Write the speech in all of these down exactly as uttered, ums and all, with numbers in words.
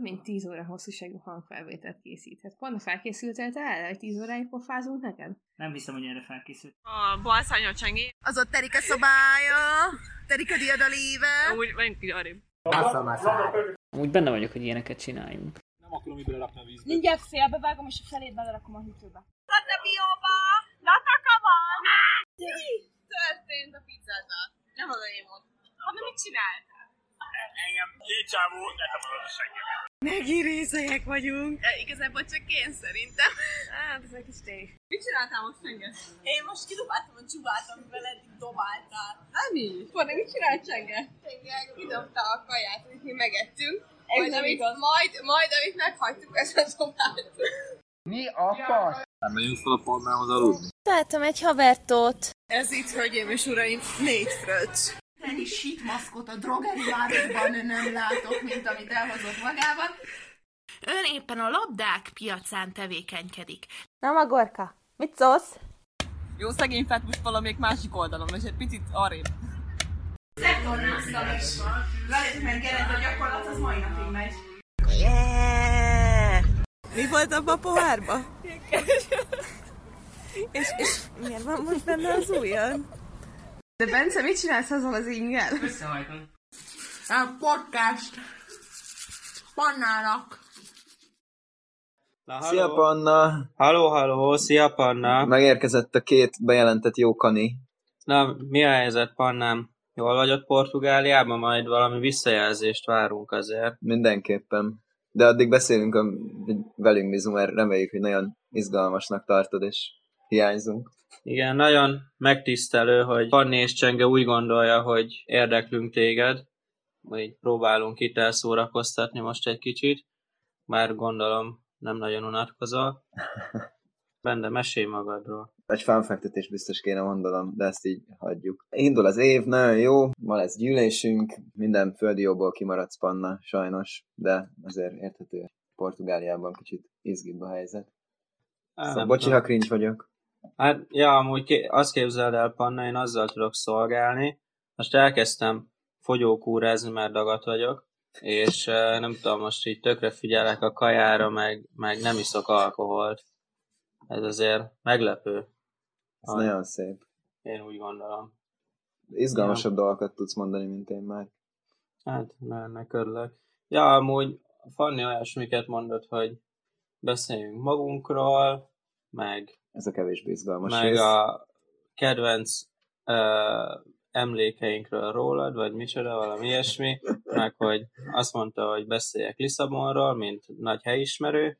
mint tíz óra hosszúságú hangfelvételt készíthet. Panna, felkészültél te erre, hogy tíz óráig pofázunk neked? Nem hiszem, hogy erre felkészült. A balszányol csengi. Az ott terik a szobája, terik a diadalíve. Úgy, menjünk így arrébb. Úgy benne vagyok, hogy ilyeneket csináljunk. Nem akarom így belerakni a vízbe. Mindjárt félbevágom, és a felét belerakom a hűtőbe. Lata bióba! Lataka van! Történt a pizzával. Nem az én volt. Hanem mit csináltál? Engem két csávó, letapadod a seggemet. Megint részegek vagyunk. E, igazából csak én szerintem. Hát, ez egy kis tény. Mit csináltál most Csenge? Én most kidobáltam a csubát, amivel eddig dobáltál. Ami? Forni, mit csinált Csenge? Csenge kidobta a kaját, amit mi megettünk. Majd, amit, majd, majd, amit meghagytuk, ezt a dobát. Mi a fasz? Nem megyünk fel a palmához aludni. Találtam egy havertót. Ez itt, hölgyeim és uraim, négy fröccs. Ennyi sítmaszkot a drogeriárokban nem látok, mint amit elhozott magával. Ön éppen a labdák piacán tevékenykedik. Na, Magorka, mit szólsz? Jó, szegény fetmus valamelyik másik oldalon, és egy picit arrébb. Szektornáztam is. Veletek meg Gerend, a gyakorlat az mai napig megy. Yeah! Mi volt abban a pohárba? és, és miért van most benne az ujjad? De Bence, mit csinálsz azzal az ingel? Összehajtom. A podcast. Pannának. Na, szia Panna! Halló, halló, szia Panna! Megérkezett a két bejelentett jókani. Na, mi a helyzet, Pannám? Jól vagy ott Portugáliában? Majd valami visszajelzést várunk azért. Mindenképpen. De addig beszélünk a velünk bizu, mert reméljük, hogy nagyon izgalmasnak tartod, és hiányzunk. Igen, nagyon megtisztelő, hogy Panni és Csenge úgy gondolja, hogy érdeklünk téged. Így próbálunk itt elszórakoztatni most egy kicsit. Már gondolom, nem nagyon unatkozol. Bende, mesélj magadról. Egy fánfektetés biztos kéne mondanom, de ezt így hagyjuk. Indul az év, nagyon jó, ma lesz gyűlésünk, minden földi jóból kimaradsz, Panna, sajnos, de azért érthető, Portugáliában kicsit izgibb a helyzet. Á, szóval bocsi, ha cringe vagyok. Hát, ja, amúgy ké- azt képzeld el, Panna, én azzal tudok szolgálni. Most elkezdtem fogyókúrázni, mert dagat vagyok, és nem tudom, most így tökre figyelek a kajára, meg, meg nem iszok alkoholt. Ez azért meglepő. Ez ah, nagyon szép. Én úgy gondolom. Izgalmasabb ja. dolgokat tudsz mondani, mint én már. Hát, ennek örülök. Ja, amúgy Fanni olyasmiket mondott, hogy beszéljünk magunkról, meg... Ez a kevésbé izgalmas meg rész. a kedvenc uh, emlékeinkről rólad, vagy micsoda, valami ilyesmi, meg hogy azt mondta, hogy beszéljek Lisszabonról, mint nagy helyismerő.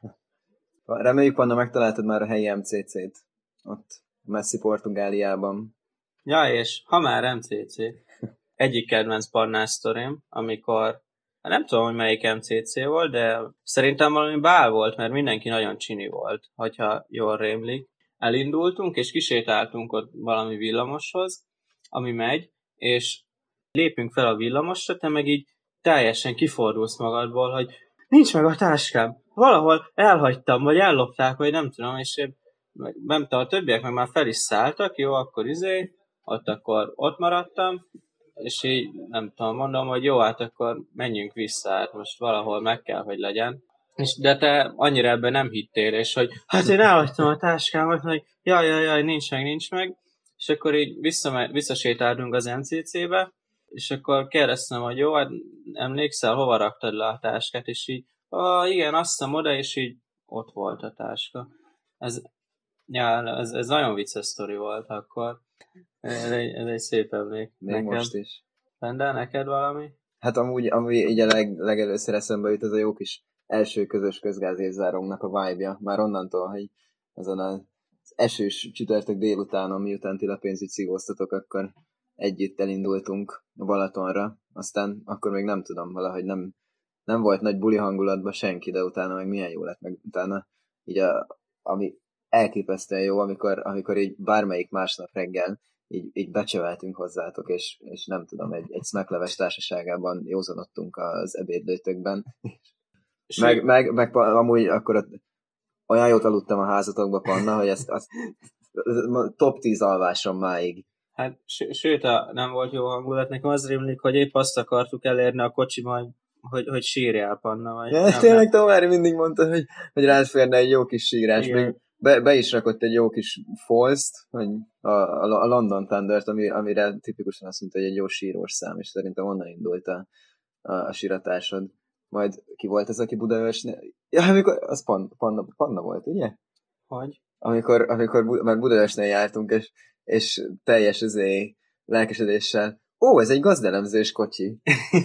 Reméljük, Panna, megtaláltad már a helyi em cé cét. Ott messzi Portugáliában. Ja, és ha már em cé cé, egyik kedvenc Pannás sztorim, amikor, nem tudom, hogy melyik em cé cé volt, de szerintem valami bál volt, mert mindenki nagyon csini volt, hogyha jól rémlik. Elindultunk, és kisétáltunk ott valami villamoshoz, ami megy, és lépünk fel a villamosra, te meg így teljesen kifordulsz magadból, hogy nincs meg a táskám, valahol elhagytam, vagy ellopták, vagy nem tudom, és én, nem tudom, a többiek meg már fel is szálltak, jó, akkor izé, ott akkor ott maradtam, és így nem tudom, mondom, hogy jó, hát akkor menjünk vissza, hát most valahol meg kell, hogy legyen. És de te annyira ebben nem hittél, és hogy hát én elhagytam a táskámat, hogy jaj, jaj, jaj, nincs meg, nincs meg, és akkor így vissza, visszasétáltunk az em cé cébe, és akkor kérdeztem, hogy jó, hát emlékszel, hova raktad le a táskát, és így, ah, igen, azt hiszem oda, és így ott volt a táska. Ez, ja, ez, ez nagyon vicces sztori volt akkor. Ez egy, ez egy szép emlék. Még neked. Most is. Bende, neked valami? Hát amúgy, amúgy így a leg, legelőször eszembe jut, ez a jó kis első közös közgázévzárunknak a vibe-ja. Már onnantól, hogy azon az esős csütörtök délutánon, miután ti lapénzügy szigóztatok, akkor együtt elindultunk a Balatonra. Aztán akkor még nem tudom, valahogy nem, nem volt nagy buli hangulatban senki, de utána meg milyen jó lett, meg utána így a, ami elképesztően jó, amikor, amikor így bármelyik másnap reggel így, így becsöveltünk hozzátok, és, és nem tudom, egy, egy szmekleves társaságában józanodtunk az ebédlőtökben. meg, meg, meg amúgy akkor ott olyan jót aludtam a házatokba, Panna, hogy ezt, ezt top tíz alvásom máig. Hát, sőt, a, nem volt jó hangulat. Nekem az rémlik, hogy épp azt akartuk elérni a kocsiban, hogy hogy, hogy sírjál, Panna. Vagy ja, nem, tényleg Tomári mindig mondta, hogy, hogy rád férne egy jó kis sírás. Még be, be is rakott egy jó kis false-t, hogy a, a, a London Thunder-t, ami, amire tipikusan azt mondta, hogy egy jó sírós szám, és szerintem onnan indult a, a, a síratásod. Majd ki volt ez, aki Budaörsnél? Ja, amikor, az Panna, Panna, Panna volt, ugye? Hogy? Amikor, amikor már Budaörsnél jártunk, és, és teljes azért lelkesedéssel, ó, ez egy gazdelemzős kocsi.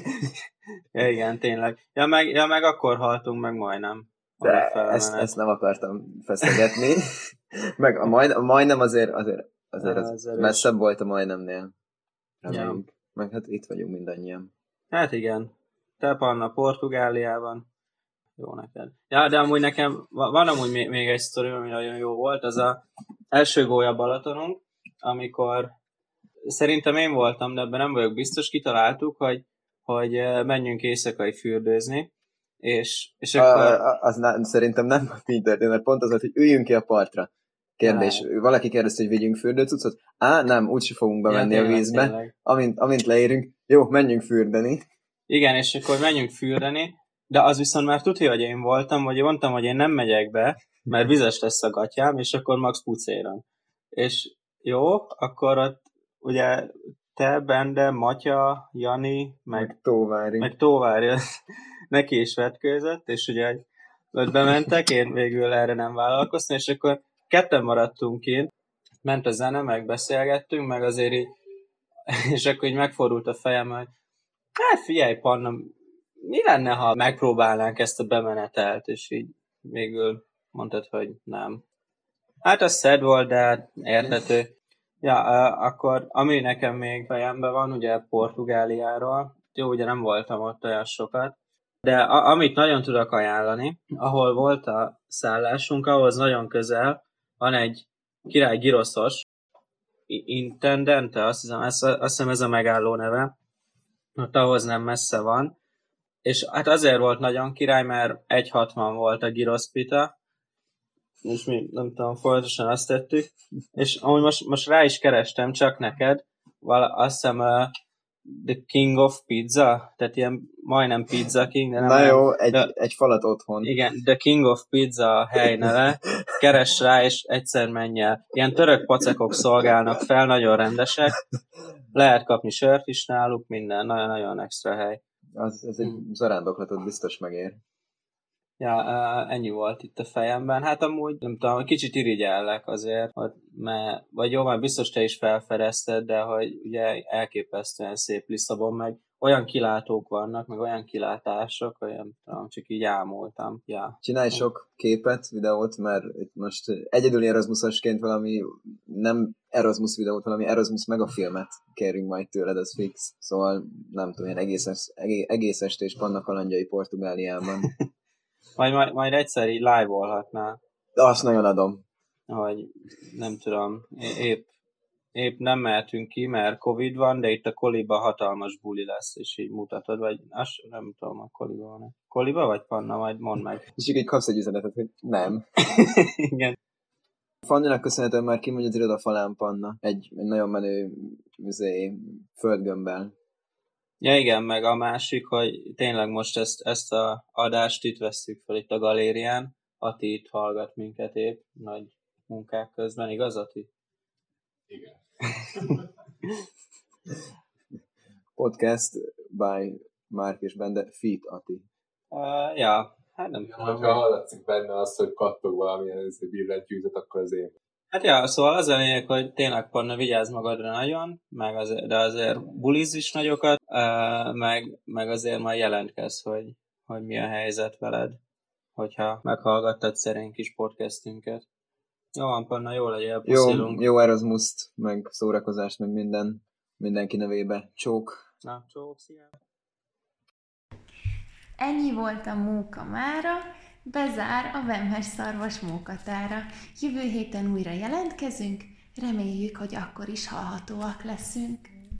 Ja, igen, tényleg. Ja meg, ja, meg akkor haltunk meg majdnem. De ezt, ezt nem akartam feszegetni. Meg a, majd, a majdnem azért, azért, azért az, az messzebb volt a majdnemnél. Ja. Meg hát itt vagyunk mindannyian. Hát igen. Te, Panna, Portugáliában. Jó neked. Ja, de amúgy nekem van amúgy még, még egy sztori, ami nagyon jó volt. Az a első gólya Balatonunk, amikor szerintem én voltam, de ebben nem vagyok biztos, kitaláltuk, hogy, hogy menjünk éjszakai fürdőzni, és, és akkor... A, az na, szerintem nem így történt, mert pont az volt, hogy üljünk ki a partra. Kérdés, ne. Valaki kérdezte, hogy vigyünk fürdőcuccot? Á, nem, úgyse fogunk bemenni ja, tényleg, a vízbe. Amint, amint leérünk, jó, menjünk fürdeni. Igen, és akkor menjünk fürdeni, de az viszont már tudja, hogy én voltam, vagy mondtam, hogy én nem megyek be, mert vizes lesz a gatyám, és akkor max pucéron. És jó, akkor ott ugye te, Bende, Matya, Jani, meg, meg Tóvári, meg Tóvári neki is vetkőzött, és ugye ott bementek, én végül erre nem vállalkoztam, és akkor ketten maradtunk kint, ment a zene, meg beszélgettünk, meg azért így, és akkor így megfordult a fejem, hogy hát figyelj, Panna, mi lenne, ha megpróbálnánk ezt a bemenetelt, és így végül mondtad, hogy nem. Hát az szed volt, de hát érthető. Ja, akkor ami nekem még fejemben van, ugye Portugáliáról, jó, ugye nem voltam ott olyan sokat, de a, amit nagyon tudok ajánlani, ahol volt a szállásunk, ahhoz nagyon közel van egy király giroszos, Intendente, azt hiszem, azt, azt hiszem ez a megálló neve, ott ahhoz nem messze van, és hát azért volt nagyon király, mert egy hatvan volt a giroszpita, és mi nem tudom, folyamatosan azt tettük, és amúgy most, most rá is kerestem, csak neked, vala, azt hiszem uh, The King of Pizza, tehát ilyen majdnem Pizza King, de nem. Na nem, jó, egy, de, egy falat otthon. Igen, The King of Pizza a hely neve, keres rá, és egyszer menj el. Ilyen török pacekok szolgálnak fel, nagyon rendesek, lehet kapni sört is náluk, minden, nagyon-nagyon extra hely. Az, ez egy zarándoklatot biztos megér. Ja, ennyi volt itt a fejemben. Hát amúgy, nem tudom, kicsit irigyellek azért, hogy, mert, vagy jó, már biztos te is felfedezted, de hogy ugye elképesztően szép Lisszabon, meg olyan kilátók vannak, meg olyan kilátások, hogy nem tudom, csak így ámultam. Ja. Csinálj sok képet, videót, mert itt most egyedül Erasmusosként valami, nem Erasmus videót, valami Erasmus megafilmet kérünk majd tőled, az fix. Szóval nem tudom, ilyen egész, egész estés Panna kalandjai Portugáliában. Majd, majd, majd egyszer így live-olhatnál. Azt nagyon adom. Hogy nem tudom, épp, épp nem mehetünk ki, mert Covid van, de itt a Koliba hatalmas buli lesz, és így mutatod, vagy azt nem tudom, a Koliba van-e. Koliba vagy Panna? Majd mondd meg. És így kapsz egy üzenetet, hogy nem. Igen. Fanninak köszönhetően már kimondja az irodafalán, Panna. Egy, egy nagyon menő üzé, földgömbbel. Ja igen, meg a másik, hogy tényleg most ezt, ezt a adást itt vesszük fel itt a galérián. Ati itt hallgat minket épp, nagy munkák közben, igaz, Ati? Igen. Podcast by Márk és Bende, feat Ati. Uh, ja, hát nem tudom. Ja, ha hallatszik benne az, hogy kattog valamilyen billentyűzet, akkor az én. Hát ja, szóval az a lényeg, hogy tényleg Panna, vigyázz magadra nagyon, meg azért, de azért buliz is nagyokat, uh, meg, meg azért majd jelentkezz, hogy, hogy mi a helyzet veled, hogyha meghallgattad szerénk kis podcastünket. Jó van, Panna, jó legyél, puszilunk. Jó, jó Erasmus-t, meg szórakozást, meg minden, mindenki nevébe. Csók. Na, csók, szia. Ennyi volt a móka mára, bezár a Vemhes Szarvas mókatára. Jövő héten újra jelentkezünk, reméljük, hogy akkor is hallhatóak leszünk.